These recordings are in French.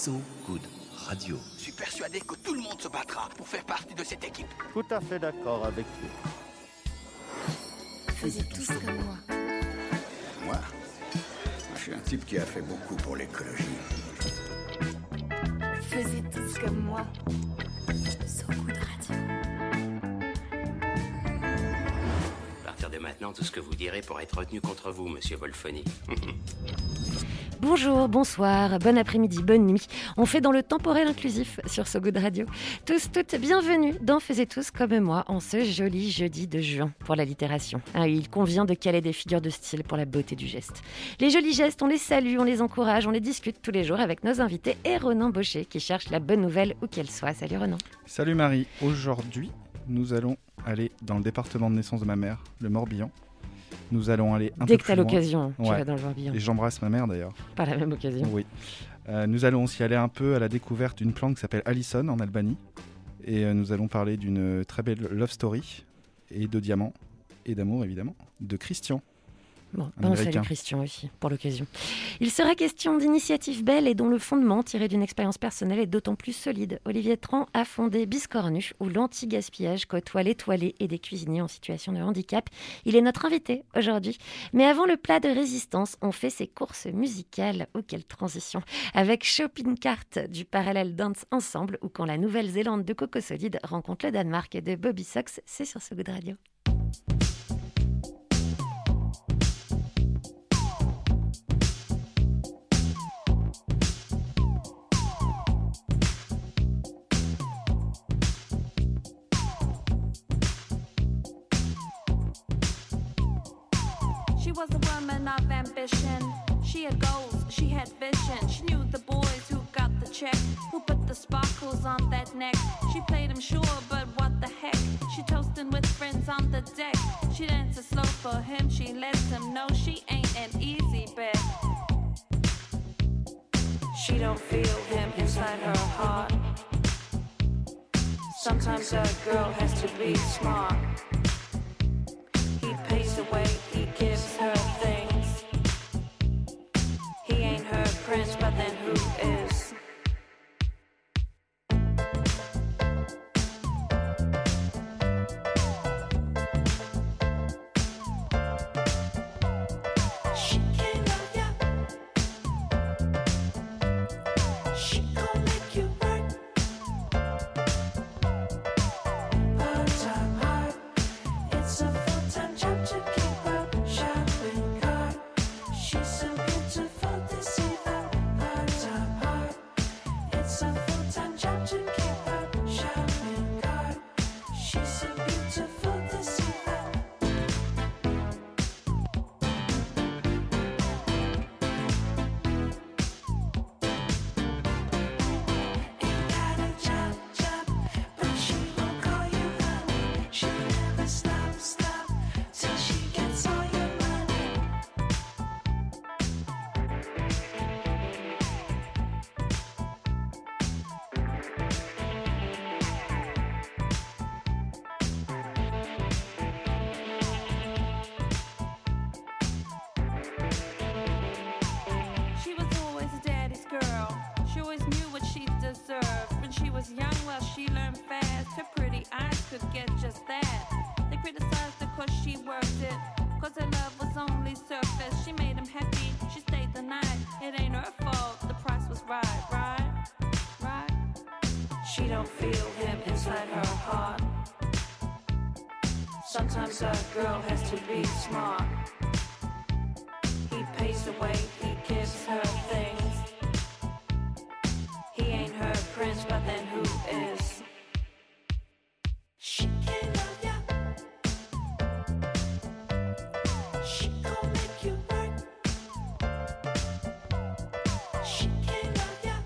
So Good Radio. Je suis persuadé que tout le monde se battra pour faire partie de cette équipe. Tout à fait d'accord avec vous. Faisiez tous comme moi. Moi, je suis un type qui a fait beaucoup pour l'écologie. Faisiez tous comme moi. So Good Radio. À partir de maintenant, tout ce que vous direz pourra être retenu contre vous, monsieur Wolfoni. Bonjour, bonsoir, bon après-midi, bonne nuit. On fait dans le temporel inclusif sur So Good Radio. Tous, toutes, bienvenue dans Faisez tous comme moi en ce joli jeudi de juin pour l'allitération. Il convient de caler des figures de style pour la beauté du geste. Les jolis gestes, on les salue, on les encourage, on les discute tous les jours avec nos invités et Ronan Baucher qui cherche la bonne nouvelle où qu'elle soit. Salut Ronan. Salut Marie, aujourd'hui nous allons aller dans le département de naissance de ma mère, le Morbihan. Nous allons aller un Dès peu que tu as plus loin. l'occasion, tu Ouais. vas dans le Morbihan. Et j'embrasse ma mère d'ailleurs. Pas la même occasion. Oui. Nous allons aussi aller un peu à la découverte d'une plante qui s'appelle Allison en Albanie. Et nous allons parler d'une très belle love story et de diamants et d'amour évidemment de Christian. Bon, Un on salue Américain. Christian aussi, pour l'occasion. Il sera question d'initiatives belles et dont le fondement, tiré d'une expérience personnelle, est d'autant plus solide. Olivier Tran a fondé Biscornu, où l'anti-gaspillage côtoie l'étoilé et des cuisiniers en situation de handicap. Il est notre invité aujourd'hui. Mais avant le plat de résistance, on fait ses courses musicales. Oh, quelle transition! Avec Shopping Cart du Parallel Dance Ensemble, ou quand la Nouvelle-Zélande de Coco Solide rencontre le Danemark de Bobby Sox, c'est sur So Good Radio. She was a woman of ambition. She had goals, she had vision. She knew the boys who got the check, who put the sparkles on that neck. She played him sure, but what the heck? She toasting with friends on the deck. She dances slow for him, she lets him know she ain't an easy bet. She don't feel him inside her heart. Sometimes a girl has to be smart. He pays the way, he gives her things. He ain't her prince, but then who is? She can't love ya. She gon' make you work. Part-time hard. It's a full-time job to keep her shopping cart. She's so beautiful to see her. Part-time hard. It's a full-time job to keep her shopping cart. She's so beautiful to see her. Ain't got a job, but she won't call you honey. She'll never stop till she gets all your money. She was always a daddy's girl. She always knew what she deserved. When she was young, well, she learned fast. Her pretty eyes could get just that. They criticized her cause she worked it. Cause her love was only surface. She made him happy, she stayed the night. It ain't her fault, the price was right. She don't feel him inside her heart. Sometimes a girl has to be smart. He pays the way, he gives her things. He ain't her prince, but then who is? She can't love ya. She gon' make you work. She can't love ya.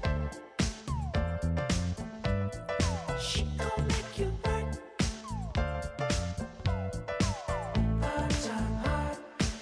She gon' make you work. Part-time hard.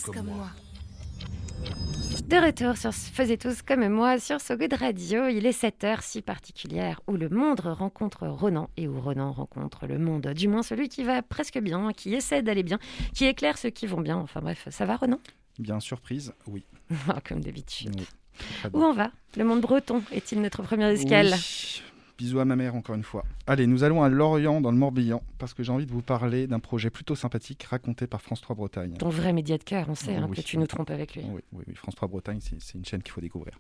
comme moi. De retour sur Faisez tous comme moi sur So Good Radio. Il est 7h si particulière où le monde rencontre Ronan et où Ronan rencontre le monde. Du moins celui qui va presque bien, qui essaie d'aller bien, qui éclaire ceux qui vont bien. Enfin bref, ça va Ronan ? Bien surprise, oui. Comme d'habitude. Oui. Très Où bien. on va ? Le monde breton est-il notre première escale ? Oui. Bisous à ma mère encore une fois. Allez, nous allons à Lorient dans le Morbihan parce que j'ai envie de vous parler d'un projet plutôt sympathique raconté par France 3 Bretagne. Ton vrai média de cœur, on sait Oui. que tu nous trompes avec lui. Oui, France 3 Bretagne, c'est une chaîne qu'il faut découvrir.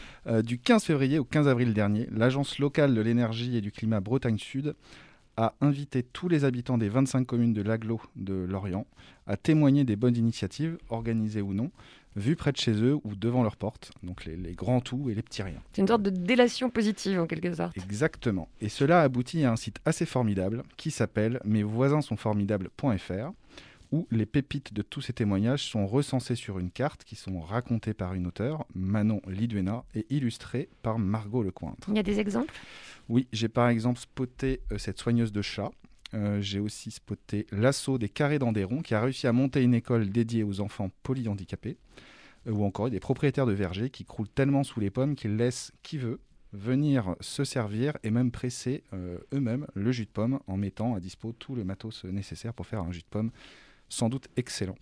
Du 15 février au 15 avril dernier, l'Agence locale de l'énergie et du climat Bretagne Sud a invité tous les habitants des 25 communes de l'agglo de Lorient à témoigner des bonnes initiatives, organisées ou non, vues près de chez eux ou devant leur porte, donc les grands tout et les petits riens. C'est une sorte de délation positive en quelque sorte. Exactement. Et cela aboutit à un site assez formidable qui s'appelle mesvoisinssontformidables.fr où les pépites de tous ces témoignages sont recensés sur une carte qui sont racontées par une auteure, Manon Liduena, et illustrées par Margot Lecointre. Il y a des exemples ? Oui, j'ai par exemple spoté cette soigneuse de chats. J'ai aussi spoté l'assaut des Carrés d'Andéron qui a réussi à monter une école dédiée aux enfants polyhandicapés. Ou encore des propriétaires de vergers qui croulent tellement sous les pommes qu'ils laissent qui veut venir se servir et même presser eux-mêmes le jus de pomme en mettant à dispo tout le matos nécessaire pour faire un jus de pomme sans doute excellent.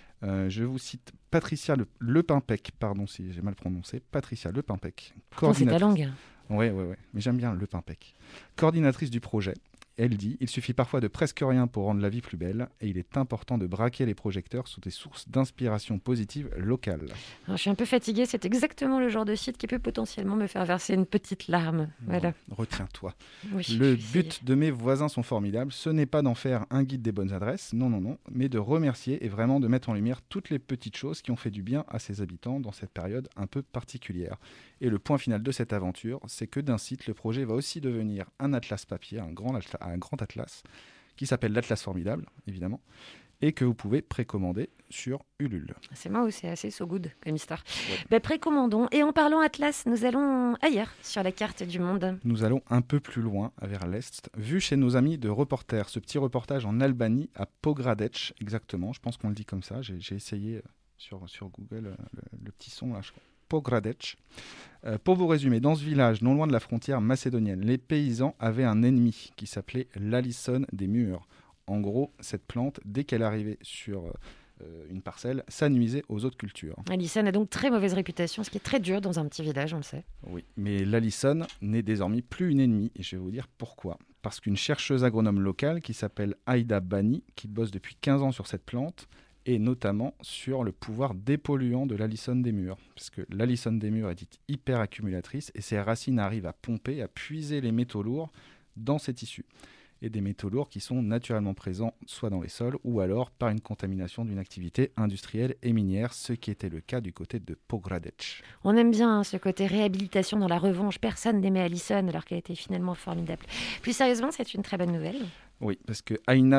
Je vous cite Patricia Lepimpec, pardon si j'ai mal prononcé, Patricia Lepimpec. C'est ta langue. Oui, mais j'aime bien Lepimpec. Coordinatrice du projet. Elle dit « Il suffit parfois de presque rien pour rendre la vie plus belle et il est important de braquer les projecteurs sous des sources d'inspiration positive locales. » Alors, je suis un peu fatiguée, c'est exactement le genre de site qui peut potentiellement me faire verser une petite larme. Voilà. Retiens-toi. Oui, Le je vais but de Mes voisins sont formidables, ce n'est pas d'en faire un guide des bonnes adresses, non, mais de remercier et vraiment de mettre en lumière toutes les petites choses qui ont fait du bien à ses habitants dans cette période un peu particulière. Et le point final de cette aventure, c'est que d'un site, le projet va aussi devenir un atlas papier, un grand atlas, qui s'appelle l'Atlas Formidable, évidemment, et que vous pouvez précommander sur Ulule. C'est moi ou c'est assez so good comme histoire. Ouais. Ben, précommandons. Et en parlant Atlas, nous allons ailleurs sur la carte du monde. Nous allons un peu plus loin, vers l'Est, vu chez nos amis de reporters, ce petit reportage en Albanie, à Pogradec, exactement, je pense qu'on le dit comme ça, j'ai essayé sur Google le petit son là, je crois. Pogradec. Pour vous résumer, dans ce village, non loin de la frontière macédonienne, les paysans avaient un ennemi qui s'appelait l'Alison des murs. En gros, cette plante, dès qu'elle arrivait sur une parcelle, ça nuisait aux autres cultures. Alison a donc très mauvaise réputation, ce qui est très dur dans un petit village, on le sait. Oui, mais l'Alison n'est désormais plus une ennemie, et je vais vous dire pourquoi. Parce qu'une chercheuse agronome locale qui s'appelle Aïda Bani, qui bosse depuis 15 ans sur cette plante, et notamment sur le pouvoir dépolluant de l'Alison des murs. Parce que l'Alison des murs est dite hyper accumulatrice et ses racines arrivent à pomper, à puiser les métaux lourds dans ses tissus. Et des métaux lourds qui sont naturellement présents soit dans les sols ou alors par une contamination d'une activité industrielle et minière, ce qui était le cas du côté de Pogradec. On aime bien ce côté réhabilitation dans la revanche. Personne n'aimait Alison alors qu'elle était finalement formidable. Plus sérieusement, c'est une très bonne nouvelle. Oui, parce que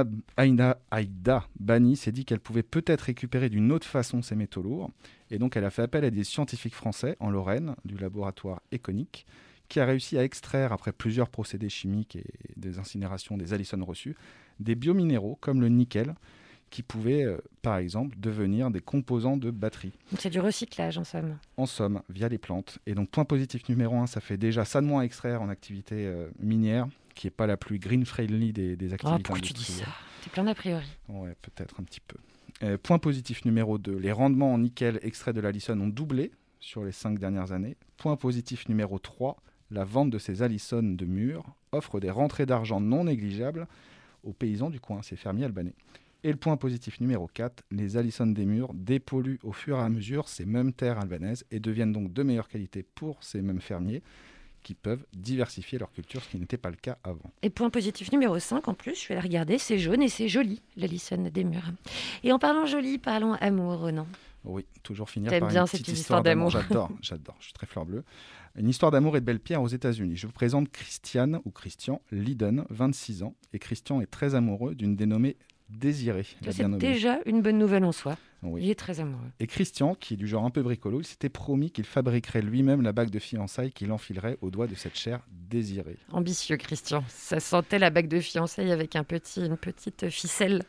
Aïda Bani s'est dit qu'elle pouvait peut-être récupérer d'une autre façon ces métaux lourds. Et donc, elle a fait appel à des scientifiques français en Lorraine, du laboratoire Econic, qui a réussi à extraire, après plusieurs procédés chimiques et des incinérations des Alison reçues, des biominéraux comme le nickel, qui pouvaient, par exemple, devenir des composants de batteries. Donc c'est du recyclage, en somme. En somme, via les plantes. Et donc, point positif numéro 1, ça fait déjà ça de moins à extraire en activité minière, qui n'est pas la plus green-friendly des activités pourquoi tu dis industrielles. ça ? T'es plein d'a priori. Ouais, peut-être un petit peu. Point positif numéro 2, les rendements en nickel extrait de l'Alison ont doublé sur les 5 dernières années. Point positif numéro 3, la vente de ces Alison de murs offre des rentrées d'argent non négligeables aux paysans du coin, ces fermiers albanais. Et le point positif numéro 4, les Alison des murs dépolluent au fur et à mesure ces mêmes terres albanaises et deviennent donc de meilleure qualité pour ces mêmes fermiers qui peuvent diversifier leur culture, ce qui n'était pas le cas avant. Et point positif numéro 5, en plus, je vais la regarder, c'est jaune et c'est joli, l'Alison des murs. Et en parlant joli, parlons amour, Ronan. Oui, toujours finir T'aimes par bien une cette petite histoire d'amour. J'adore, je suis très fleur bleue. Une histoire d'amour et de belle pierre aux États-Unis. Je vous présente Christian Lydon, 26 ans. Et Christian est très amoureux d'une dénommée Désirée. C'est déjà une bonne nouvelle en soi. Oui. Il est très amoureux. Et Christian, qui est du genre un peu bricolo, il s'était promis qu'il fabriquerait lui-même la bague de fiançailles qu'il enfilerait au doigt de cette chère Désirée. Ambitieux, Christian. Ça sentait la bague de fiançailles avec une petite ficelle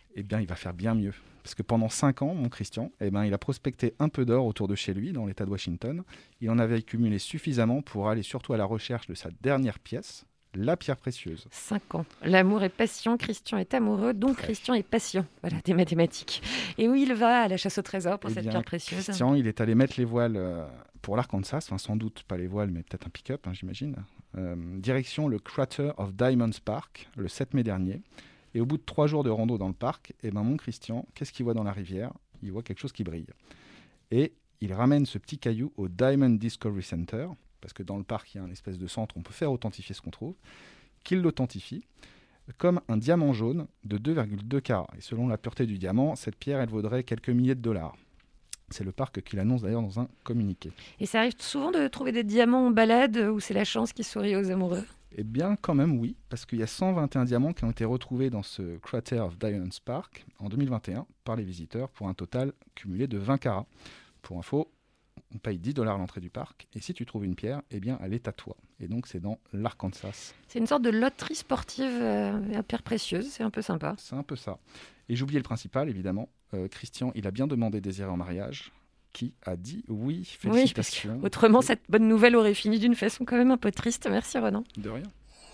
Eh bien, il va faire bien mieux. Parce que pendant 5 ans, mon Christian, il a prospecté un peu d'or autour de chez lui, dans l'État de Washington. Il en avait accumulé suffisamment pour aller surtout à la recherche de sa dernière pièce, la pierre précieuse. 5 ans. L'amour est patient, Christian est amoureux, donc Christian est patient. Voilà, des mathématiques. Et où il va à la chasse au trésor pour cette pierre précieuse? Christian, il est allé mettre les voiles pour l'Arkansas, sans doute pas les voiles, mais peut-être un pick-up, j'imagine. Direction le Crater of Diamonds Park, le 7 mai dernier. Et au bout de 3 jours de rando dans le parc, mon Christian, qu'est-ce qu'il voit dans la rivière? Il voit quelque chose qui brille. Et il ramène ce petit caillou au Diamond Discovery Center, parce que dans le parc, il y a un espèce de centre où on peut faire authentifier ce qu'on trouve, qu'il l'authentifie comme un diamant jaune de 2,2 carats. Et selon la pureté du diamant, cette pierre, elle vaudrait quelques milliers de dollars. C'est le parc qui l'annonce d'ailleurs dans un communiqué. Et ça arrive souvent de trouver des diamants en balade où c'est la chance qui sourit aux amoureux? Eh bien, quand même, oui, parce qu'il y a 121 diamants qui ont été retrouvés dans ce Crater of Diamonds Park en 2021 par les visiteurs pour un total cumulé de 20 carats. Pour info, on paye $10 l'entrée du parc et si tu trouves une pierre, eh bien, elle est à toi. Et donc, c'est dans l'Arkansas. C'est une sorte de loterie sportive à pierre précieuse, c'est un peu sympa. C'est un peu ça. Et j'oubliais le principal, évidemment. Christian, il a bien demandé Désiré en mariage. Qui a dit oui, félicitations. Oui, autrement, cette bonne nouvelle aurait fini d'une façon quand même un peu triste. Merci Ronan. De rien.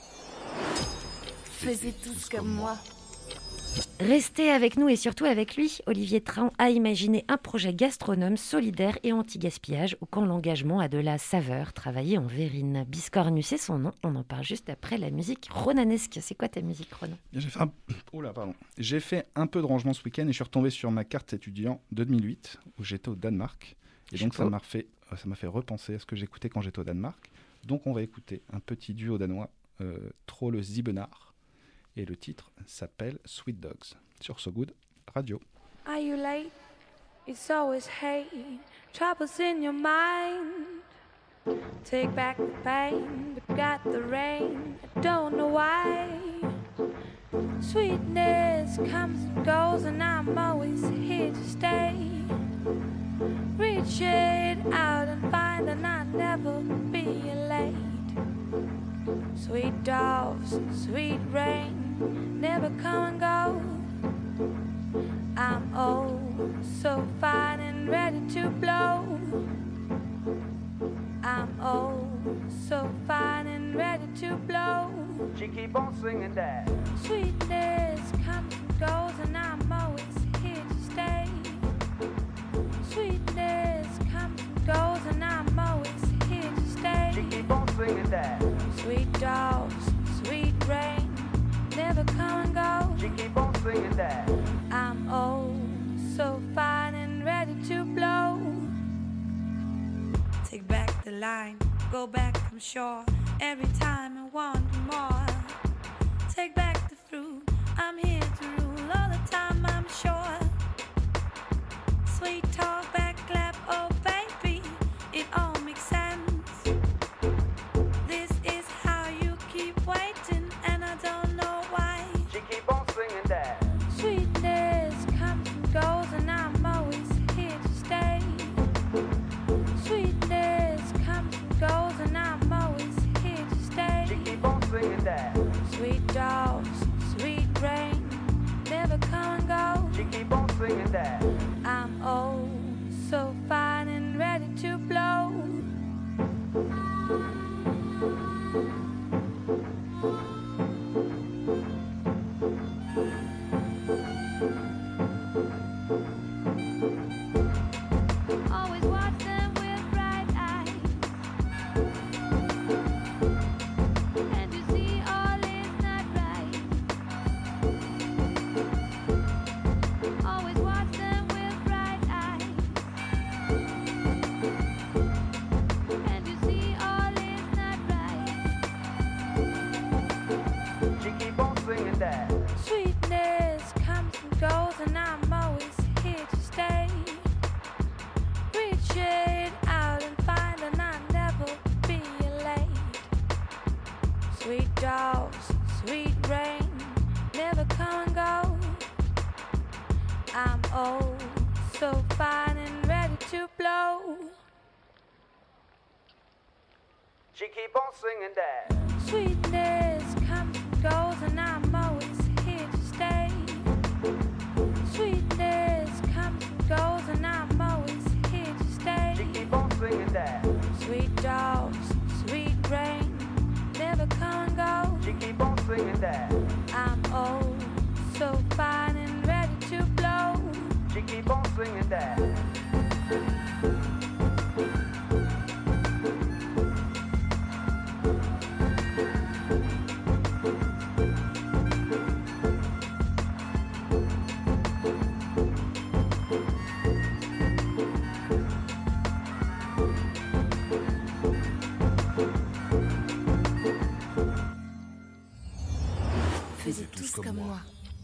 Faisez tous comme moi. Restez avec nous et surtout avec lui. Olivier Tran a imaginé un projet gastronome solidaire et anti-gaspillage où quand l'engagement a de la saveur, travailler en verrine. Biscornu, c'est son nom. On en parle juste après la musique ronanesque. C'est quoi ta musique, Ronan? J'ai fait un peu de rangement ce week-end et je suis retombé sur ma carte étudiant de 2008 où j'étais au Danemark. Et donc ça m'a fait repenser à ce que j'écoutais quand j'étais au Danemark. Donc on va écouter un petit duo danois, Trolle Zibenar. Et le titre s'appelle Sweet Dogs sur So Good Radio. Are you late? It's always hate. Troubles in your mind. Take back the pain, but got the rain. I don't know why. Sweetness comes and goes, and I'm always here to stay. Reach it out and find, and I'll never be late. Sweet doves, sweet rain, never come and go. I'm oh so fine and ready to blow. I'm oh so fine and ready to blow. She keep on singing that. Sweetness comes and goes, and I'm always here to stay. Sweetness comes and goes, and I'm always here to stay. She keep on singing that. Sweet doves, sweet rain, never come and go. She keep on singing that. I'm oh so fine and ready to blow. Take back the line, go back, I'm sure. Every time I want more. Take back the fruit, I'm here to rule all the time, I'm sure. Sweet talk, back clap, oh baby, it all makes sense. This is how you keep waiting, and I don't know why. She keep on singing that. Sweetness comes and goes, and I'm always here to stay. Sweetness comes and goes, and I'm always here to stay. She keep on singing that. Sweet doves, sweet rain, never come and go. She keep on singing that. I'm oh so fine and ready to blow. Always watch them with bright eyes, and you see all is not right. Always watch them with bright eyes, and you see all is not right. She keep on singing that. Sweetness comes and goes, and I'm always here to stay. Reach it out and find, and I'll never be late. Sweet doves, sweet rain, never come and go. I'm oh so fine and ready to blow. She keep on singing that. Sweetness comes and goes, and I'm always here to stay. that. I'm old, so fine and ready to blow. She keep on singing that. Faisez tous comme moi.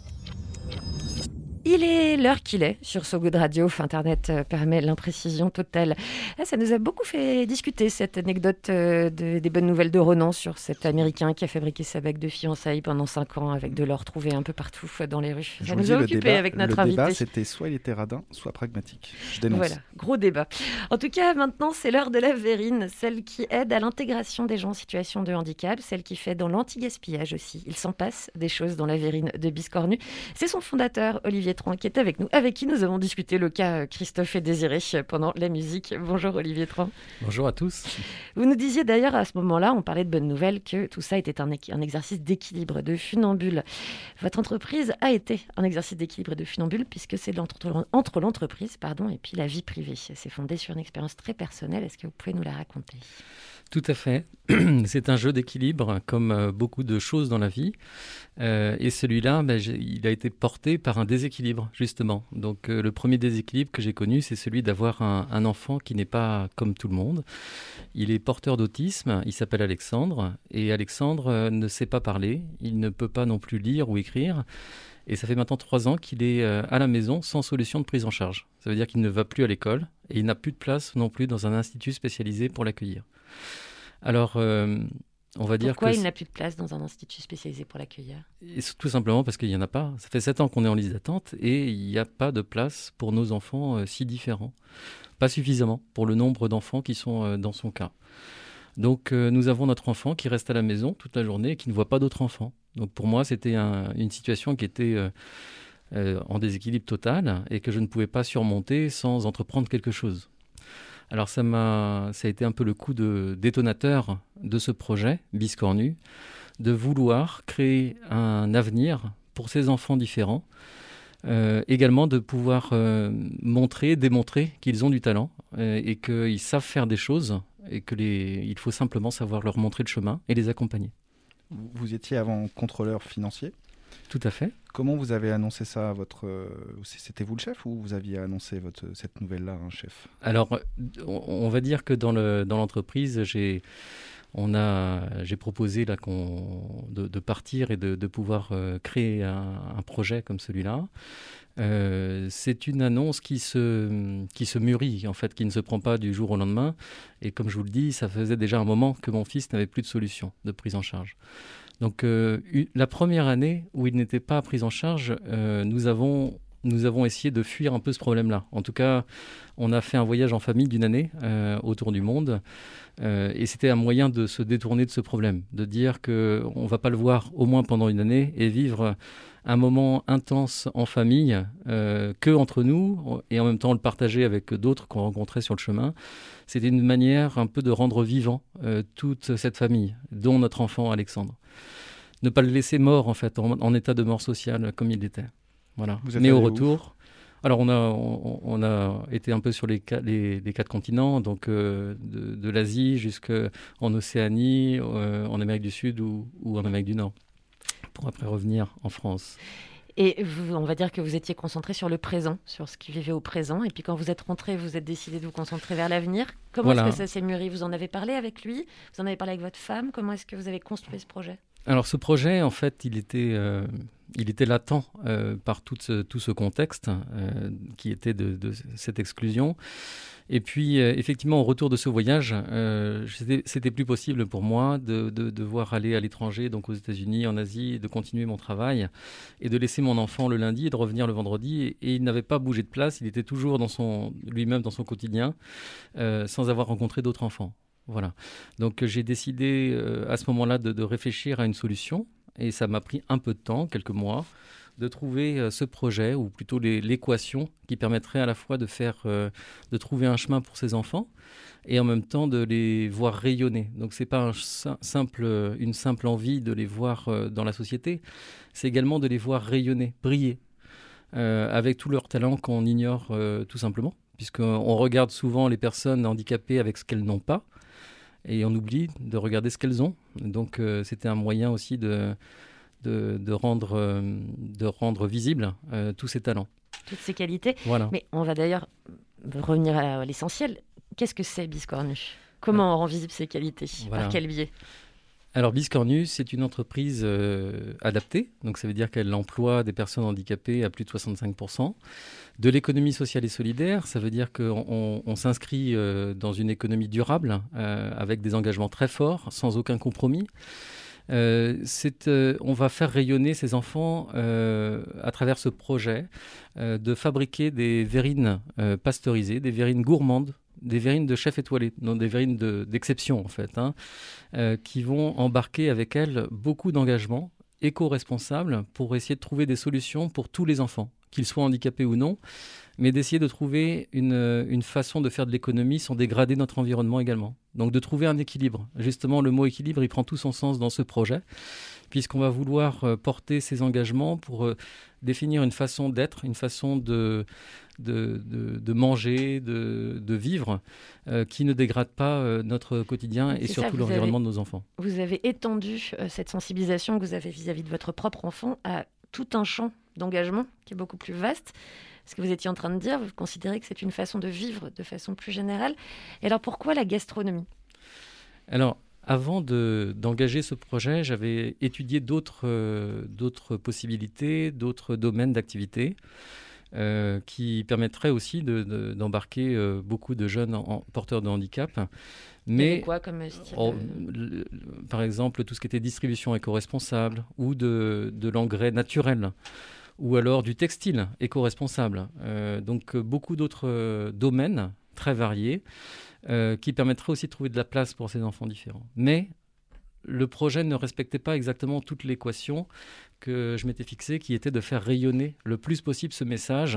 Il est l'heure qu'il est sur So Good Radio. Internet permet l'imprécision totale. Ça nous a beaucoup fait discuter, cette anecdote des bonnes nouvelles de Ronan sur cet Américain qui a fabriqué sa bague de fiançailles pendant 5 ans avec de l'or trouvé un peu partout dans les rues. Ça nous a occupé avec notre invité. Le débat, c'était soit il était radin, soit pragmatique. Je dénonce. Voilà, gros débat. En tout cas, maintenant, c'est l'heure de la Vérine, celle qui aide à l'intégration des gens en situation de handicap, celle qui fait dans l'anti-gaspillage aussi. Il s'en passe des choses dans la Vérine de Biscornu. C'est son fondateur, Olivier Tron, qui est avec nous, avec qui nous avons discuté le cas Christophe et Désiré pendant la musique. Bonjour Olivier Tron. Bonjour à tous. Vous nous disiez d'ailleurs à ce moment-là, on parlait de bonnes nouvelles, que tout ça était un exercice d'équilibre, de funambule. Votre entreprise a été un exercice d'équilibre et de funambule puisque c'est entre l'entreprise et puis la vie privée. C'est fondé sur une expérience très personnelle. Est-ce que vous pouvez nous la raconter ? Tout à fait. C'est un jeu d'équilibre, comme beaucoup de choses dans la vie. Et celui-là, il a été porté par un déséquilibre, justement. Donc, le premier déséquilibre que j'ai connu, c'est celui d'avoir un enfant qui n'est pas comme tout le monde. Il est porteur d'autisme, il s'appelle Alexandre. Et Alexandre ne sait pas parler, il ne peut pas non plus lire ou écrire. Et ça fait maintenant 3 ans qu'il est à la maison sans solution de prise en charge. Ça veut dire qu'il ne va plus à l'école et il n'a plus de place non plus dans un institut spécialisé pour l'accueillir. Alors, on va dire Pourquoi il n'a plus de place dans un institut spécialisé pour l'accueillir ? Tout simplement parce qu'il n'y en a pas. Ça fait 7 ans qu'on est en liste d'attente et il n'y a pas de place pour nos enfants si différents. Pas suffisamment pour le nombre d'enfants qui sont dans son cas. Donc, nous avons notre enfant qui reste à la maison toute la journée et qui ne voit pas d'autres enfants. Donc, pour moi, c'était une situation qui était en déséquilibre total et que je ne pouvais pas surmonter sans entreprendre quelque chose. Alors, ça a été un peu le coup de détonateur de ce projet, Biscornu, de vouloir créer un avenir pour ces enfants différents. Également de pouvoir démontrer qu'ils ont du talent et qu'ils savent faire des choses et il faut simplement savoir leur montrer le chemin et les accompagner. Vous étiez avant contrôleur financier ? Tout à fait. Comment vous avez annoncé ça à C'était vous le chef ou vous aviez annoncé cette nouvelle-là à un chef ? Alors, on va dire que dans l'entreprise, j'ai proposé là, de partir et de pouvoir créer un projet comme celui-là. C'est une annonce qui se mûrit, en fait, qui ne se prend pas du jour au lendemain. Et comme je vous le dis, ça faisait déjà un moment que mon fils n'avait plus de solution de prise en charge. Donc, la première année où il n'était pas pris en charge, nous avons essayé de fuir un peu ce problème-là. En tout cas, on a fait un voyage en famille d'1 année autour du monde. Et c'était un moyen de se détourner de ce problème, de dire qu'on ne va pas le voir au moins pendant 1 année et vivre un moment intense en famille que entre nous et en même temps le partager avec d'autres qu'on rencontrait sur le chemin. C'était une manière un peu de rendre vivant toute cette famille, dont notre enfant Alexandre. Ne pas le laisser mort en fait, en état de mort sociale comme il était. Voilà. Mais au retour, alors on a été un peu sur les 4 continents, donc de l'Asie jusqu'en Océanie, en Amérique du Sud ou en Amérique du Nord, pour après revenir en France. Et on va dire que vous étiez concentré sur le présent, sur ce qui vivait au présent. Et puis quand vous êtes rentré, vous êtes décidé de vous concentrer vers l'avenir. Comment est-ce que ça s'est mûri ? Vous en avez parlé avec lui ? Vous en avez parlé avec votre femme ? Comment est-ce que vous avez construit ce projet ? Alors ce projet, en fait, il était latent par tout ce contexte qui était de cette exclusion. Et puis, effectivement, au retour de ce voyage, c'était plus possible pour moi de devoir aller à l'étranger, donc aux États-Unis, en Asie, de continuer mon travail et de laisser mon enfant le lundi et de revenir le vendredi. Et il n'avait pas bougé de place, il était toujours lui-même dans son quotidien, sans avoir rencontré d'autres enfants. Voilà. Donc, j'ai décidé à ce moment-là de réfléchir à une solution. Et ça m'a pris un peu de temps, quelques mois, de trouver ce projet, ou plutôt l'équation, qui permettrait à la fois de trouver un chemin pour ces enfants, et en même temps de les voir rayonner. Donc c'est pas une simple envie de les voir dans la société, c'est également de les voir rayonner, briller, avec tout leur talent qu'on ignore tout simplement, puisqu'on regarde souvent les personnes handicapées avec ce qu'elles n'ont pas, et on oublie de regarder ce qu'elles ont. Donc c'était un moyen aussi de rendre visibles tous ces talents. Toutes ces qualités. Voilà. Mais on va d'ailleurs revenir à l'essentiel. Qu'est-ce que c'est Biscornu ? Comment on rend visible ces qualités ? Voilà. Par quel biais ? Alors Biscornu, c'est une entreprise adaptée, donc ça veut dire qu'elle emploie des personnes handicapées à plus de 65%. De l'économie sociale et solidaire, ça veut dire qu'on s'inscrit dans une économie durable, avec des engagements très forts, sans aucun compromis. On va faire rayonner ces enfants à travers ce projet de fabriquer des verrines pasteurisées, des verrines gourmandes, des verrines de chef étoilé, non des verrines d'exception en fait, qui vont embarquer avec elles beaucoup d'engagements éco-responsables pour essayer de trouver des solutions pour tous les enfants, qu'ils soient handicapés ou non, mais d'essayer de trouver une façon de faire de l'économie sans dégrader notre environnement également. Donc de trouver un équilibre. Justement, le mot équilibre, il prend tout son sens dans ce projet, puisqu'on va vouloir porter ces engagements pour définir une façon d'être, une façon de manger, de vivre, qui ne dégrade pas notre quotidien et surtout l'environnement de nos enfants. Vous avez étendu cette sensibilisation que vous avez vis-à-vis de votre propre enfant à tout un champ d'engagement qui est beaucoup plus vaste. Ce que vous étiez en train de dire, vous considérez que c'est une façon de vivre de façon plus générale. Et alors pourquoi la gastronomie ? Alors, avant d'engager ce projet, j'avais étudié d'autres possibilités, d'autres domaines d'activité qui permettraient aussi d'embarquer beaucoup de jeunes porteurs de handicap. Mais quoi comme style par exemple, tout ce qui était distribution éco-responsable ou de l'engrais naturel, ou alors du textile éco-responsable. Donc beaucoup d'autres domaines très variés qui permettraient aussi de trouver de la place pour ces enfants différents. Mais le projet ne respectait pas exactement toute l'équation que je m'étais fixée, qui était de faire rayonner le plus possible ce message,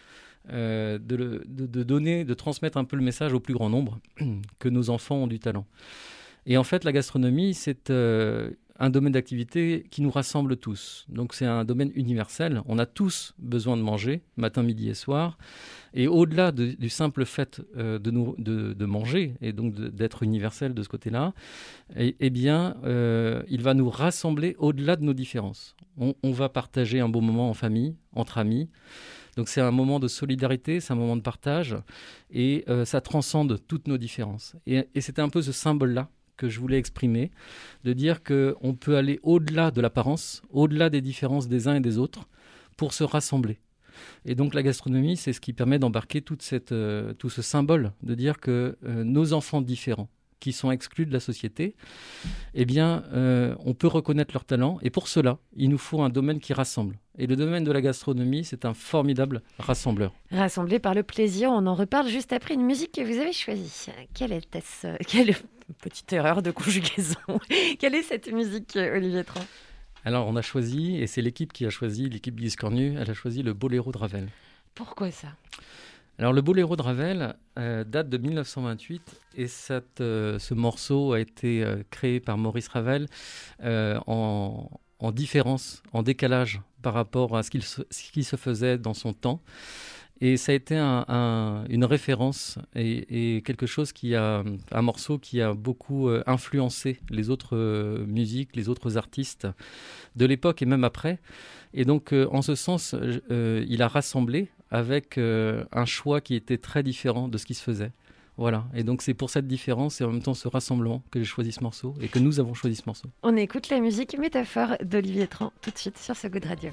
de transmettre un peu le message au plus grand nombre que nos enfants ont du talent. Et en fait, la gastronomie, c'est un domaine d'activité qui nous rassemble tous. Donc c'est un domaine universel. On a tous besoin de manger, matin, midi et soir. Et au-delà du simple fait de manger, et donc d'être universel de ce côté-là, eh bien, il va nous rassembler au-delà de nos différences. On va partager un beau moment en famille, entre amis. Donc c'est un moment de solidarité, c'est un moment de partage, et ça transcende toutes nos différences. Et c'était un peu ce symbole-là que je voulais exprimer, de dire qu'on peut aller au-delà de l'apparence, au-delà des différences des uns et des autres, pour se rassembler. Et donc la gastronomie, c'est ce qui permet d'embarquer tout ce symbole, de dire que nos enfants différents, qui sont exclus de la société, eh bien, on peut reconnaître leur talent. Et pour cela, il nous faut un domaine qui rassemble. Et le domaine de la gastronomie, c'est un formidable rassembleur. Rassemblé par le plaisir, on en reparle juste après une musique que vous avez choisie. Quelle était-ce ? Quelle petite erreur de conjugaison. Quelle est cette musique, Olivier Tran ? Alors, on a choisi, et c'est l'équipe qui a choisi, l'équipe Biscornu, elle a choisi le Boléro de Ravel. Pourquoi ça ? Alors, le Boléro de Ravel date de 1928 et ce morceau a été créé par Maurice Ravel en différence, en décalage par rapport à ce qui se faisait dans son temps. Et ça a été une référence et quelque chose un morceau qui a beaucoup influencé les autres musiques, les autres artistes de l'époque et même après. Et donc, en ce sens, il a rassemblé avec un choix qui était très différent de ce qui se faisait. Voilà, et donc c'est pour cette différence et en même temps ce rassemblement que j'ai choisi ce morceau et que nous avons choisi ce morceau. On écoute la musique Métaphore d'Olivier Tran tout de suite sur So Good Radio.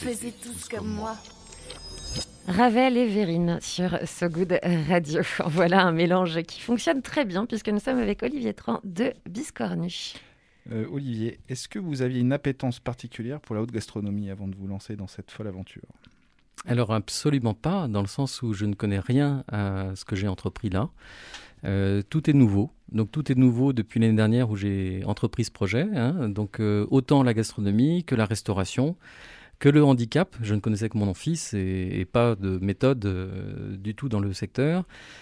faisiez tous comme moi. Ravel et Vérine sur So Good Radio. Voilà un mélange qui fonctionne très bien puisque nous sommes avec Olivier Tran de Biscornu. Olivier, est-ce que vous aviez une appétence particulière pour la haute gastronomie avant de vous lancer dans cette folle aventure ? Alors absolument pas, dans le sens où je ne connais rien à ce que j'ai entrepris là. Tout est nouveau. Donc tout est nouveau depuis l'année dernière où j'ai entrepris ce projet. Donc autant la gastronomie que la restauration, que le handicap. Je ne connaissais que mon fils et pas de méthode du tout dans le secteur.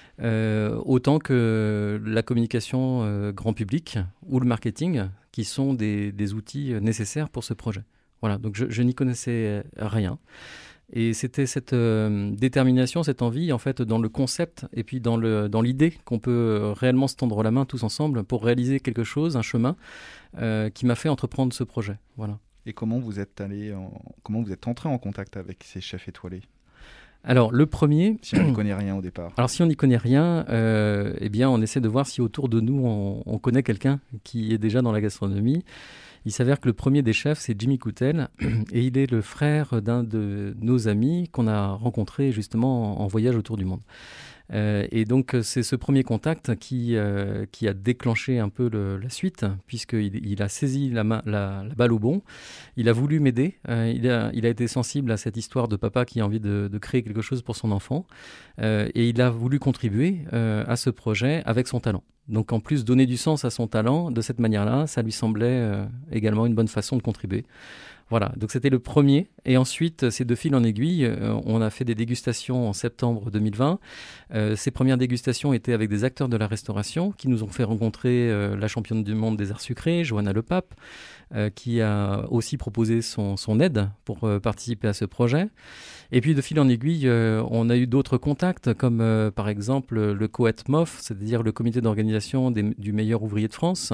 Autant que la communication grand public ou le marketing, qui sont des outils nécessaires pour ce projet. Voilà, donc je n'y connaissais rien. Et c'était cette détermination, cette envie, en fait, dans le concept et puis dans l'idée qu'on peut réellement se tendre la main tous ensemble pour réaliser quelque chose, un chemin, qui m'a fait entreprendre ce projet. Voilà. Et comment vous êtes entré en contact avec ces chefs étoilés ? Alors, le premier... Si on n'y connaît rien au départ. Alors, si on n'y connaît rien, eh bien, on essaie de voir si autour de nous, on connaît quelqu'un qui est déjà dans la gastronomie. Il s'avère que le premier des chefs, c'est Jimmy Coutel, et il est le frère d'un de nos amis qu'on a rencontré justement en voyage autour du monde. Et donc, c'est ce premier contact qui a déclenché un peu la suite, puisqu'il a saisi la balle au bond. Il a voulu m'aider. Il a été sensible à cette histoire de papa qui a envie de créer quelque chose pour son enfant. Et il a voulu contribuer à ce projet avec son talent. Donc, en plus, donner du sens à son talent de cette manière-là, ça lui semblait également une bonne façon de contribuer. Voilà, donc c'était le premier. Et ensuite, c'est de fil en aiguille. On a fait des dégustations en septembre 2020. Ces premières dégustations étaient avec des acteurs de la restauration qui nous ont fait rencontrer la championne du monde des arts sucrés, Johanna Lepape, qui a aussi proposé son aide pour participer à ce projet. Et puis, de fil en aiguille, on a eu d'autres contacts, comme par exemple le COET-MOF, c'est-à-dire le comité d'organisation du meilleur ouvrier de France,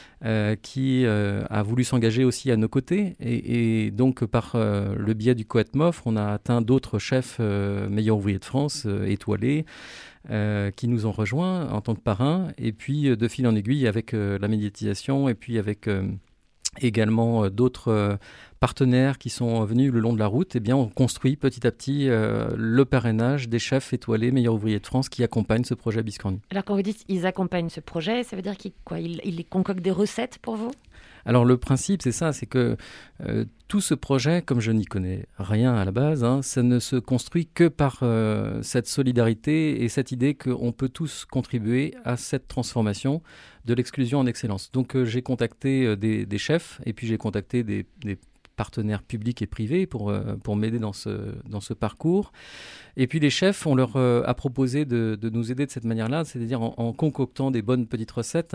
qui a voulu s'engager aussi à nos côtés. Et donc, par le biais du COET-MOF, on a atteint d'autres chefs meilleurs ouvriers de France, étoilés, qui nous ont rejoints en tant que parrains. Et puis, de fil en aiguille, avec la médiatisation et puis avec également d'autres partenaires qui sont venus le long de la route, eh bien, on construit petit à petit le parrainage des chefs étoilés meilleurs ouvriers de France qui accompagnent ce projet Biscornu. Alors quand vous dites ils accompagnent ce projet, ça veut dire qu'ils concoctent des recettes pour vous ? Alors le principe, c'est ça, c'est que tout ce projet, comme je n'y connais rien à la base, ça ne se construit que par cette solidarité et cette idée qu'on peut tous contribuer à cette transformation de l'exclusion en excellence. Donc j'ai contacté des chefs et puis j'ai contacté des partenaires publics et privés pour m'aider dans ce parcours. Et puis les chefs, on leur a proposé de nous aider de cette manière-là, c'est-à-dire en concoctant des bonnes petites recettes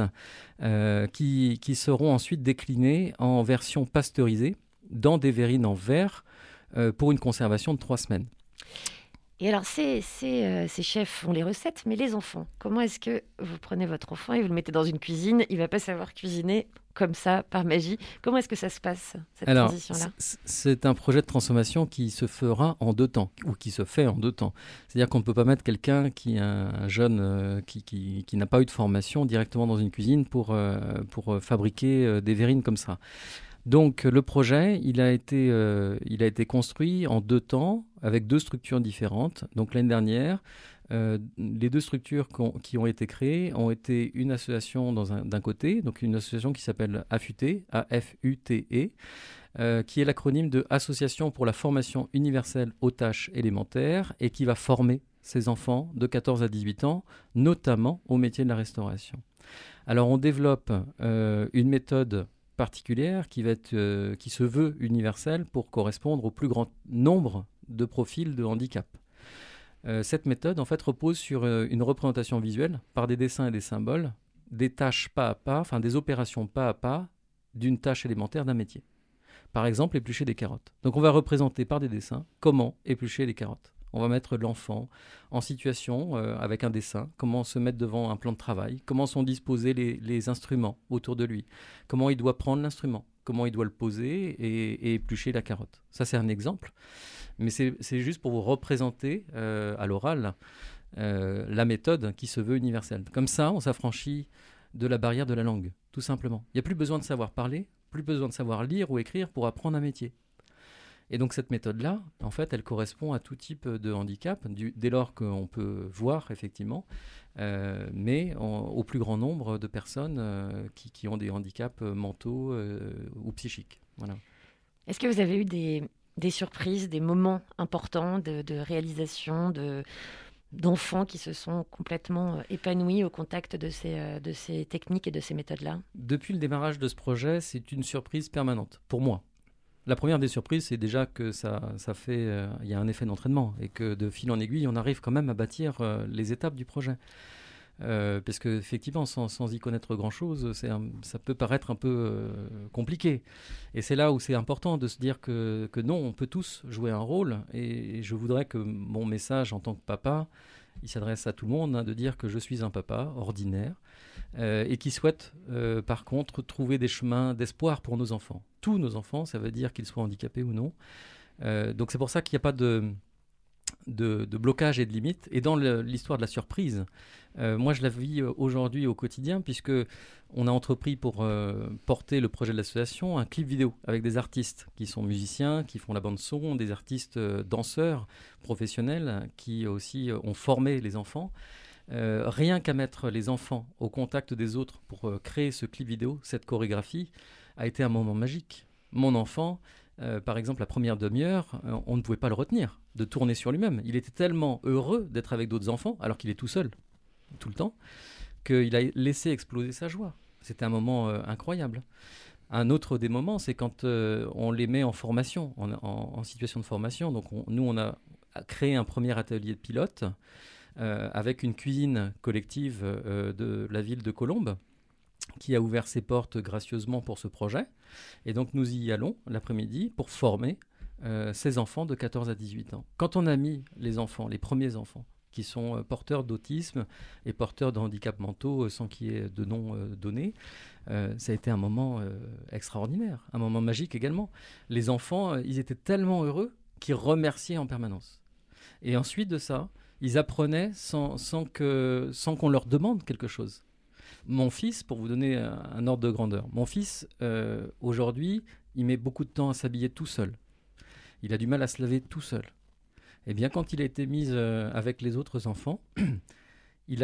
qui seront ensuite déclinées en version pasteurisée dans des verrines en verre pour une conservation de 3 semaines. Et alors, ces chefs font les recettes, mais les enfants, comment est-ce que vous prenez votre enfant et vous le mettez dans une cuisine, il ne va pas savoir cuisiner comme ça, par magie. Comment est-ce que ça se passe, cette transition-là ? C'est un projet de transformation qui se fera en 2 temps, ou qui se fait en 2 temps. C'est-à-dire qu'on ne peut pas mettre quelqu'un qui est un jeune qui n'a pas eu de formation directement dans une cuisine pour fabriquer des verrines comme ça. Donc le projet, il a été construit en 2 temps, avec 2 structures différentes. Donc l'année dernière, les 2 structures qui ont été créées ont été une association d'un côté, donc une association qui s'appelle AFUTE, A-F-U-T-E, qui est l'acronyme de Association pour la formation universelle aux tâches élémentaires et qui va former ces enfants de 14 à 18 ans, notamment au métier de la restauration. Alors on développe une méthode particulière qui se veut universelle pour correspondre au plus grand nombre de profils de handicap. Cette méthode en fait repose sur une représentation visuelle par des dessins et des symboles, des tâches pas à pas, enfin des opérations pas à pas d'une tâche élémentaire d'un métier. Par exemple, éplucher des carottes. Donc on va représenter par des dessins comment éplucher les carottes. On va mettre l'enfant en situation avec un dessin, comment se mettre devant un plan de travail, comment sont disposés les instruments autour de lui, comment il doit prendre l'instrument, comment il doit le poser et éplucher la carotte. Ça, c'est un exemple, mais c'est juste pour vous représenter à l'oral la méthode qui se veut universelle. Comme ça, on s'affranchit de la barrière de la langue, tout simplement. Il n'y a plus besoin de savoir parler, plus besoin de savoir lire ou écrire pour apprendre un métier. Et donc cette méthode-là, en fait, elle correspond à tout type de handicap, dès lors qu'on peut voir effectivement, mais au plus grand nombre de personnes qui ont des handicaps mentaux ou psychiques. Voilà. Est-ce que vous avez eu des surprises, des moments importants de réalisation, d'enfants qui se sont complètement épanouis au contact de ces techniques et de ces méthodes-là? Depuis le démarrage de ce projet, c'est une surprise permanente, pour moi. La première des surprises, c'est déjà que ça fait, il y a un effet d'entraînement et que de fil en aiguille, on arrive quand même à bâtir les étapes du projet. Parce que effectivement, sans y connaître grand-chose, ça peut paraître un peu compliqué. Et c'est là où c'est important de se dire que non, on peut tous jouer un rôle. Et je voudrais que mon message en tant que papa, il s'adresse à tout le monde, de dire que je suis un papa ordinaire et qui souhaite par contre trouver des chemins d'espoir pour nos enfants. Tous nos enfants, ça veut dire qu'ils soient handicapés ou non. Donc c'est pour ça qu'il n'y a pas de blocage et de limite. Et dans l'histoire de la surprise, moi je la vis aujourd'hui au quotidien, puisque on a entrepris pour porter le projet de l'association un clip vidéo avec des artistes qui sont musiciens, qui font la bande son, des artistes danseurs professionnels qui aussi ont formé les enfants. Rien qu'à mettre les enfants au contact des autres pour créer ce clip vidéo, cette chorégraphie a été un moment magique. Mon enfant, par exemple, la première demi-heure, on ne pouvait pas le retenir de tourner sur lui-même. Il était tellement heureux d'être avec d'autres enfants, alors qu'il est tout seul, tout le temps, qu'il a laissé exploser sa joie. C'était un moment incroyable. Un autre des moments, c'est quand on les met en formation, en situation de formation. Donc nous, on a créé un premier atelier de pilote avec une cuisine collective de la ville de Colombes, qui a ouvert ses portes gracieusement pour ce projet. Et donc nous y allons l'après-midi pour former ces enfants de 14 à 18 ans. Quand on a mis les enfants, les premiers enfants, qui sont porteurs d'autisme et porteurs de handicaps mentaux sans qu'il y ait de nom donné, ça a été un moment extraordinaire, un moment magique également. Les enfants, ils étaient tellement heureux qu'ils remerciaient en permanence. Et ensuite de ça, ils apprenaient sans qu'on leur demande quelque chose. Mon fils, pour vous donner un ordre de grandeur, mon fils, aujourd'hui, il met beaucoup de temps à s'habiller tout seul. Il a du mal à se laver tout seul. Eh bien, quand il a été mis avec les autres enfants, il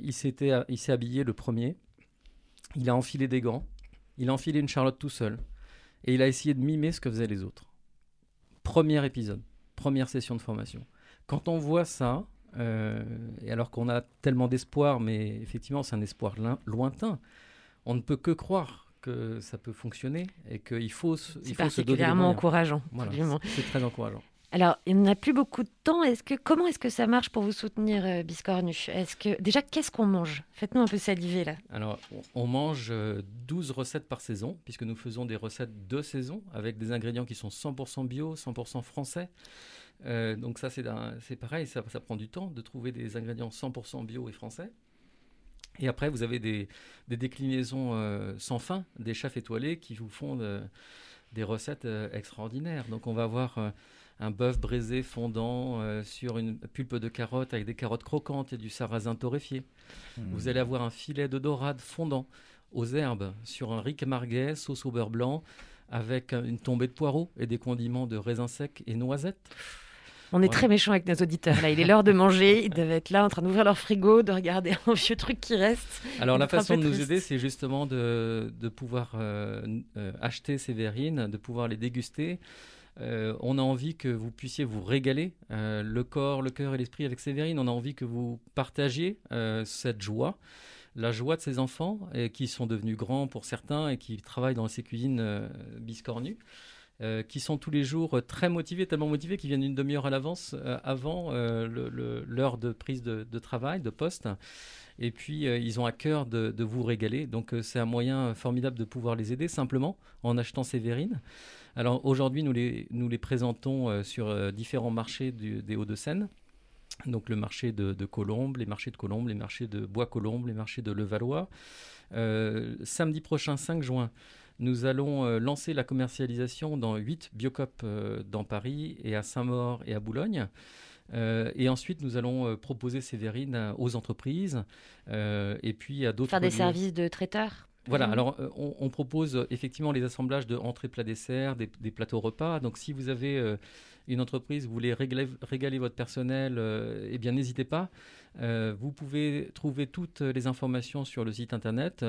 s'est habillé le premier, il a enfilé des gants, il a enfilé une charlotte tout seul, et il a essayé de mimer ce que faisaient les autres. Premier épisode, première session de formation. Quand on voit ça, et alors qu'on a tellement d'espoir, mais effectivement c'est un espoir lointain, on ne peut que croire que ça peut fonctionner et qu'il faut se donner les moyens. C'est particulièrement encourageant. Voilà, c'est très encourageant. Alors, il n'a plus beaucoup de temps. Comment est-ce que ça marche pour vous soutenir, Biscornu ? Déjà, qu'est-ce qu'on mange ? Faites-nous un peu saliver, là. Alors, on mange 12 recettes par saison, puisque nous faisons des recettes de saison, avec des ingrédients qui sont 100% bio, 100% français. Donc ça, c'est pareil, ça prend du temps de trouver des ingrédients 100% bio et français. Et après, vous avez des déclinaisons sans fin, des chefs étoilés qui vous font des recettes extraordinaires. Donc on va avoir un bœuf braisé fondant sur une pulpe de carotte avec des carottes croquantes et du sarrasin torréfié. Vous allez avoir un filet de dorade fondant aux herbes sur un riz camarguais, sauce au beurre blanc, avec une tombée de poireaux et des condiments de raisins secs et noisettes. On est très méchants avec nos auditeurs. Là, il est l'heure de manger. Ils doivent être là en train d'ouvrir leur frigo, de regarder un vieux truc qui reste. Alors, la façon de nous aider, c'est justement de pouvoir acheter ces verrines, de pouvoir les déguster. On a envie que vous puissiez vous régaler, le corps, le cœur et l'esprit avec ces verrines. On a envie que vous partagiez cette joie. La joie de ces enfants qui sont devenus grands pour certains et qui travaillent dans ces cuisines Biscornu. Qui sont tous les jours très motivés, tellement motivés qu'ils viennent une demi-heure à l'avance avant l'heure de prise de travail, de poste. Et puis, ils ont à cœur de vous régaler. Donc, c'est un moyen formidable de pouvoir les aider, simplement en achetant ces verrines. Alors, aujourd'hui, nous les présentons sur différents marchés des Hauts-de-Seine. Donc, le marché de Colombes, les marchés de Colombes, les marchés de Bois-Colombes, les marchés de Levallois. Samedi prochain, 5 juin, nous allons lancer la commercialisation dans 8 Biocoop dans Paris et à Saint-Maur et à Boulogne. Et ensuite, nous allons proposer ces verrines aux entreprises et puis à d'autres Faire des lieux. services de traiteurs ? Voilà, alors on propose effectivement les assemblages de entrées, plats, desserts, des plateaux repas. Donc si vous avez une entreprise, vous voulez régaler votre personnel, eh bien n'hésitez pas. Vous pouvez trouver toutes les informations sur le site internet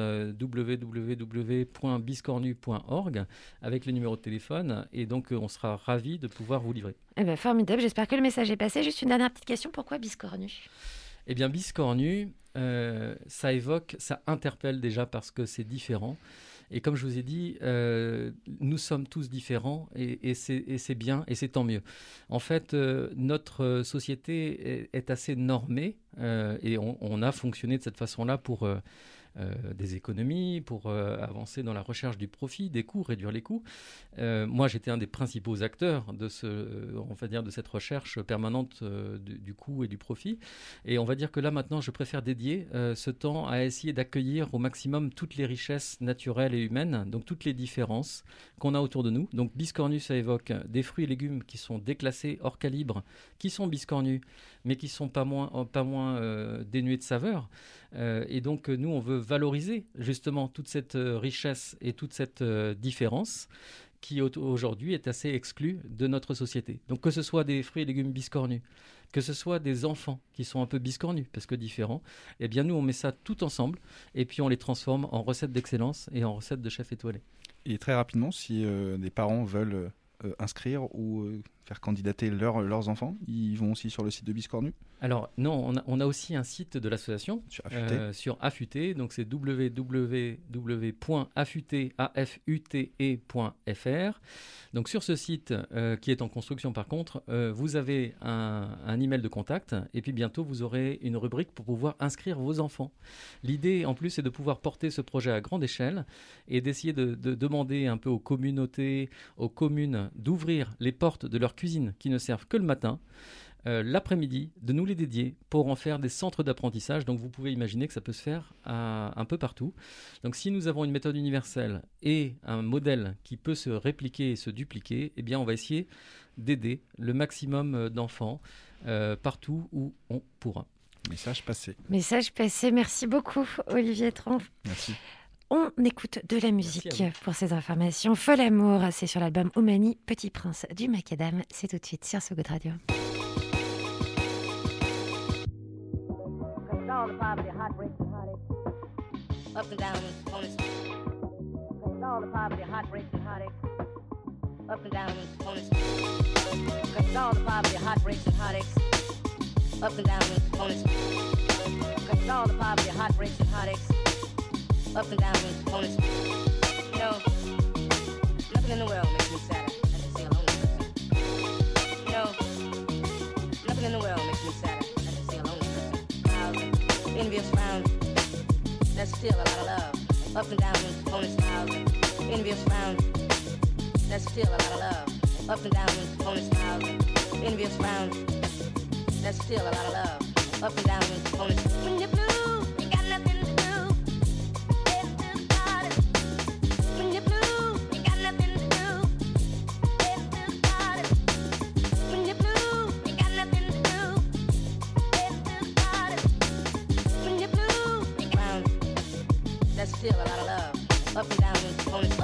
www.biscornu.org avec le numéro de téléphone. Et donc on sera ravis de pouvoir vous livrer. Eh ben, formidable, j'espère que le message est passé. Juste une dernière petite question, pourquoi Biscornu ? Eh bien, biscornu, ça évoque, ça interpelle déjà parce que c'est différent. Et comme je vous ai dit, nous sommes tous différents et c'est bien et c'est tant mieux. En fait, notre société est assez normée et on a fonctionné de cette façon-là pour des économies, pour avancer dans la recherche du profit, des coûts, réduire les coûts. Moi, j'étais un des principaux acteurs de cette recherche permanente du coût et du profit. Et on va dire que là, maintenant, je préfère dédier ce temps à essayer d'accueillir au maximum toutes les richesses naturelles et humaines, donc toutes les différences qu'on a autour de nous. Donc, biscornu, ça évoque des fruits et légumes qui sont déclassés, hors calibre, qui sont biscornus, mais qui ne sont pas moins dénués de saveur. Et donc, nous, on veut valoriser justement toute cette richesse et toute cette différence qui aujourd'hui est assez exclue de notre société. Donc que ce soit des fruits et légumes biscornus, que ce soit des enfants qui sont un peu biscornus parce que différents, eh bien nous on met ça tout ensemble et puis on les transforme en recettes d'excellence et en recettes de chef étoilé. Et très rapidement, si des parents veulent inscrire ou faire candidater leurs enfants, ils vont aussi sur le site de Biscornu ? Alors non, on a aussi un site de l'association sur Affûté, donc c'est www.affute.fr. Donc sur ce site qui est en construction par contre, vous avez un email de contact et puis bientôt vous aurez une rubrique pour pouvoir inscrire vos enfants. L'idée en plus c'est de pouvoir porter ce projet à grande échelle et d'essayer de demander un peu aux communautés, aux communes d'ouvrir les portes de leur cuisine qui ne servent que le matin, l'après-midi, de nous les dédier pour en faire des centres d'apprentissage. Donc vous pouvez imaginer que ça peut se faire un peu partout. Donc si nous avons une méthode universelle et un modèle qui peut se répliquer et se dupliquer, eh bien on va essayer d'aider le maximum d'enfants partout où on pourra. Message passé. Message passé. Merci beaucoup, Olivier Tran. Merci. On écoute de la musique pour ces informations. Fol Amour, c'est sur l'album Omani, Petit Prince du Macadam. C'est tout de suite sur So Good Radio. Up and down on his all the poverty, heartbreak and heartache. Up and down on his cause all the poverty, heartbreaks and heartaches. Up and down on his cause all the poverty, heartbreaks and heartaches. Up and down on his you know, nothing in the world makes me sadder than to see a lonely person. You know, nothing in the world makes me sadder than to see a lonely person. Envious frown, that's still a lot of love. Up and down on his smiles, envious frown, that's still a lot of love. Up and down on his smiles, envious frown, that's still a lot of love. Up and down on his when you're blue, you got nothing to do. When you're blue, you got nothing to do. When you're blue, you got nothing to do. When you're blue, you got round, that's still a lot of love. Up and down on his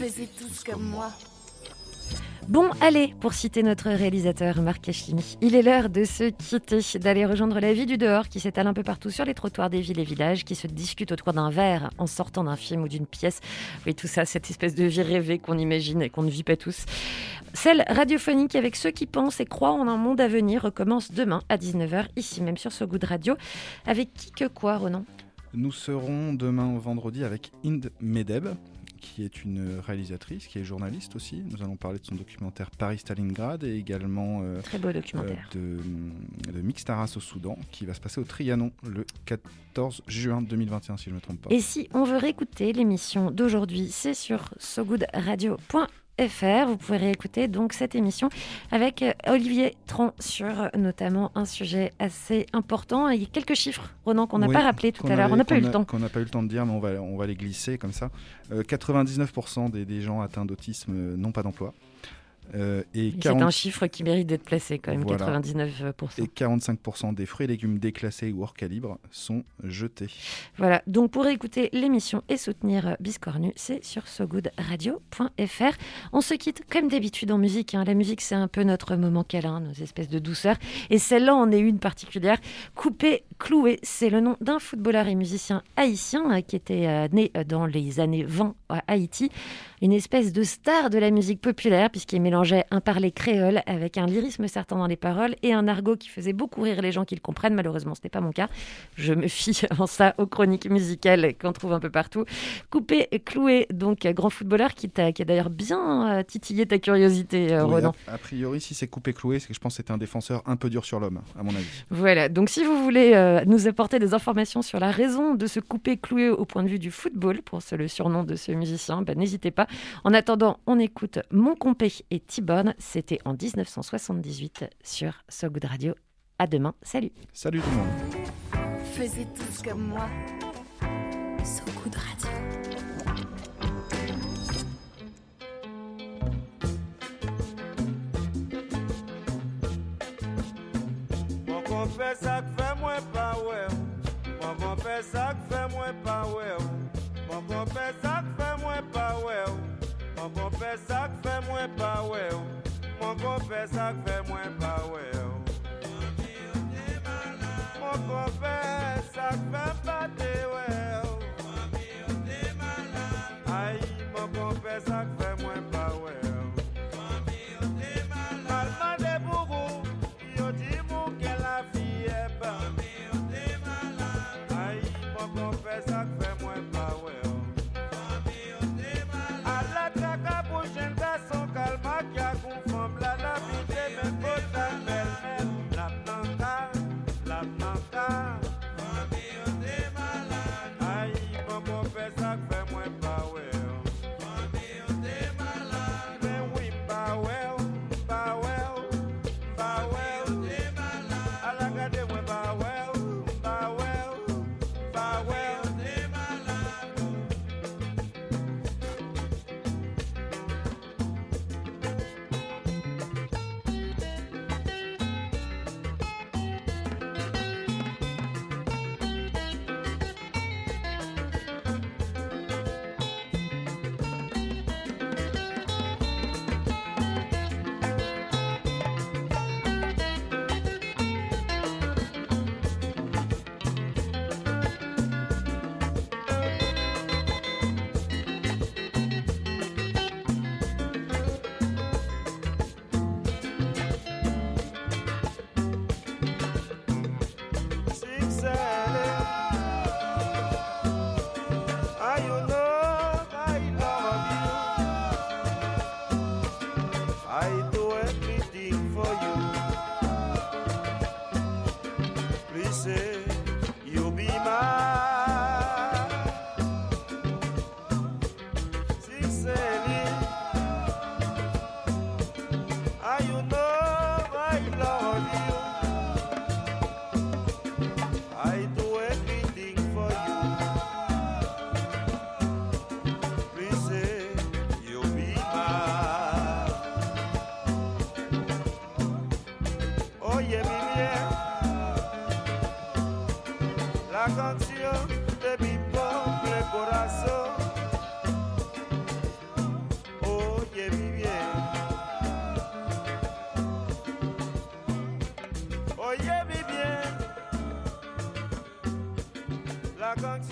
Faisez tous comme moi. Bon, allez, pour citer notre réalisateur Marc Cachini, il est l'heure de se quitter, d'aller rejoindre la vie du dehors qui s'étale un peu partout sur les trottoirs des villes et villages, qui se discute autour d'un verre en sortant d'un film ou d'une pièce. Oui, tout ça, cette espèce de vie rêvée qu'on imagine et qu'on ne vit pas tous. Celle radiophonique avec ceux qui pensent et croient en un monde à venir recommence demain à 19h, ici même sur So Good Radio. Avec qui que quoi, Ronan ? Nous serons demain vendredi avec Inde Medeb, qui est une réalisatrice, qui est journaliste aussi. Nous allons parler de son documentaire Paris-Stalingrad et également très beau documentaire. De Mix Taras au Soudan, qui va se passer au Trianon le 14 juin 2021, si je ne me trompe pas. Et si on veut réécouter l'émission d'aujourd'hui, c'est sur sogoodradio.fr. Vous pouvez réécouter donc cette émission avec Olivier Tran sur notamment un sujet assez important. Il y a quelques chiffres, Ronan, qu'on n'a pas rappelé tout à l'heure. On n'a pas eu le temps. Qu'on n'a pas eu le temps de dire, mais on va les glisser comme ça. 99% des gens atteints d'autisme n'ont pas d'emploi. C'est un chiffre qui mérite d'être placé quand même, voilà. 99%. Et 45% des fruits et légumes déclassés ou hors calibre sont jetés. Voilà, donc pour écouter l'émission et soutenir Biscornu, c'est sur sogoodradio.fr. On se quitte comme d'habitude en musique. La musique, c'est un peu notre moment câlin, nos espèces de douceur. Et celle-là en est une particulière. Coupé Cloué, c'est le nom d'un footballeur et musicien haïtien qui était né dans les années 20 à Haïti. Une espèce de star de la musique populaire puisqu'il mélangeait un parler créole avec un lyrisme certain dans les paroles et un argot qui faisait beaucoup rire les gens qui le comprennent. Malheureusement, ce n'est pas mon cas. Je me fie avant ça aux chroniques musicales qu'on trouve un peu partout. Coupé Cloué, donc grand footballeur qui a d'ailleurs bien titillé ta curiosité, Ronan. A priori, si c'est Coupé Cloué, c'est que je pense que c'est un défenseur un peu dur sur l'homme, à mon avis. Voilà, donc si vous voulez nous apporter des informations sur la raison de ce Coupé Cloué au point de vue du football, pour le surnom de ce musicien, n'hésitez pas. En attendant, on écoute Mon Compé et T-Bone. C'était en 1978 sur So Good Radio. À demain. Salut. Salut tout le monde. Faisez tous comme moi. So Good Radio. Mon compé ça fait moins pas ouais. Mon compé ça fait moins pas ouais. Mon compé ça fait moins pas ouais. Mon compé ça fait moins pas ouais. Mon compé ça fait moins pas ouais. Mon compé ça fait pas de ouais. Aïe, mon compé ça fait moins pas ouais. Malman de bougou, yo di mou que la vie est bonne. Aïe, mon compé ça fait moins pas ouais. Prochaine garçon calma qui a conforme la vie même côté belle la nanka je vis bien. La gang